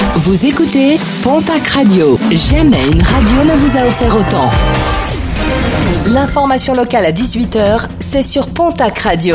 Vous écoutez Pontac Radio. Jamais une radio ne vous a offert autant. L'information locale à 18h, c'est sur Pontac Radio.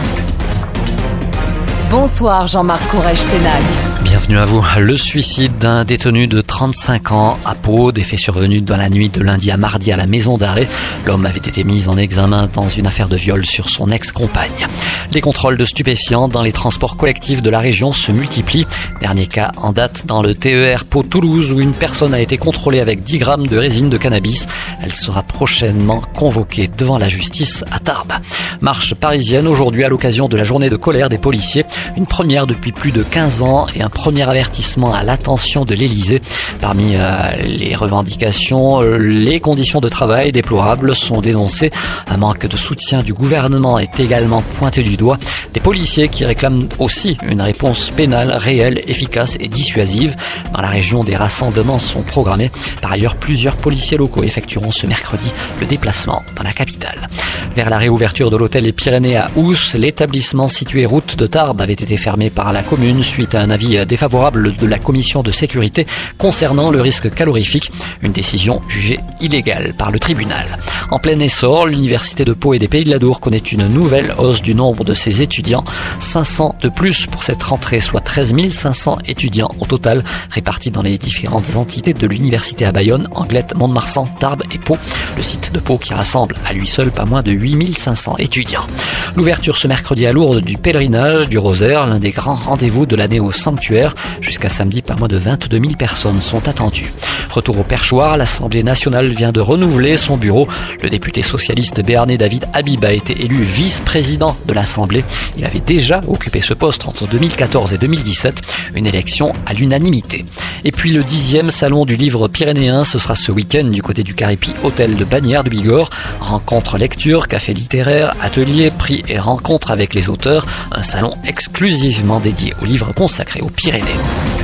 Bonsoir Jean-Marc Courage-Sénac. Bienvenue à vous. Le suicide d'un détenu de 35 ans à Pau, des faits survenus dans la nuit de lundi à mardi à la maison d'arrêt. L'homme avait été mis en examen dans une affaire de viol sur son ex-compagne. Les contrôles de stupéfiants dans les transports collectifs de la région se multiplient. Dernier cas en date dans le TER Pau-Toulouse où une personne a été contrôlée avec 10 grammes de résine de cannabis. Elle sera prochainement convoquée devant la justice à Tarbes. Marche parisienne aujourd'hui à l'occasion de la journée de colère des policiers. Une première depuis plus de 15 ans et un premier avertissement à l'attention de l'Élysée. Parmi les revendications, les conditions de travail déplorables sont dénoncées. Un manque de soutien du gouvernement est également pointé du doigt. Des policiers qui réclament aussi une réponse pénale réelle, efficace et dissuasive. Dans la région, des rassemblements sont programmés. Par ailleurs, plusieurs policiers locaux effectueront ce mercredi le déplacement dans la capitale. Vers la réouverture de l'hôtel Les Pyrénées à Oust, l'établissement situé route de Tarbes avait été fermé par la commune suite à un avis défavorable de la commission de sécurité concernant le risque calorifique, une décision jugée illégale par le tribunal. En plein essor, l'université de Pau et des Pays de l'Adour connaît une nouvelle hausse du nombre de ses étudiants, 500 de plus pour cette rentrée, soit 13 500 étudiants au total, répartis dans les différentes entités de l'université à Bayonne, Anglette, Mont-de-Marsan, Tarbes et Pau. Le site de Pau qui rassemble à lui seul pas moins de 8 500 étudiants. L'ouverture ce mercredi à Lourdes du pèlerinage du Rosaire, l'un des grands rendez-vous de l'année au sanctuaire. Jusqu'à samedi, pas moins de 22 000 personnes sont attendues. Retour au perchoir, l'Assemblée nationale vient de renouveler son bureau. Le député socialiste béarnais David Habib a été élu vice-président de l'Assemblée. Il avait déjà occupé ce poste entre 2014 et 2017, une élection à l'unanimité. Et puis le 10e salon du livre pyrénéen, ce sera ce week-end du côté du Caripi Hôtel de Bagnères de Bigorre. Rencontres, lectures, café littéraire, ateliers, prix et rencontres avec les auteurs. Un salon exclusivement dédié aux livres consacrés aux Pyrénées.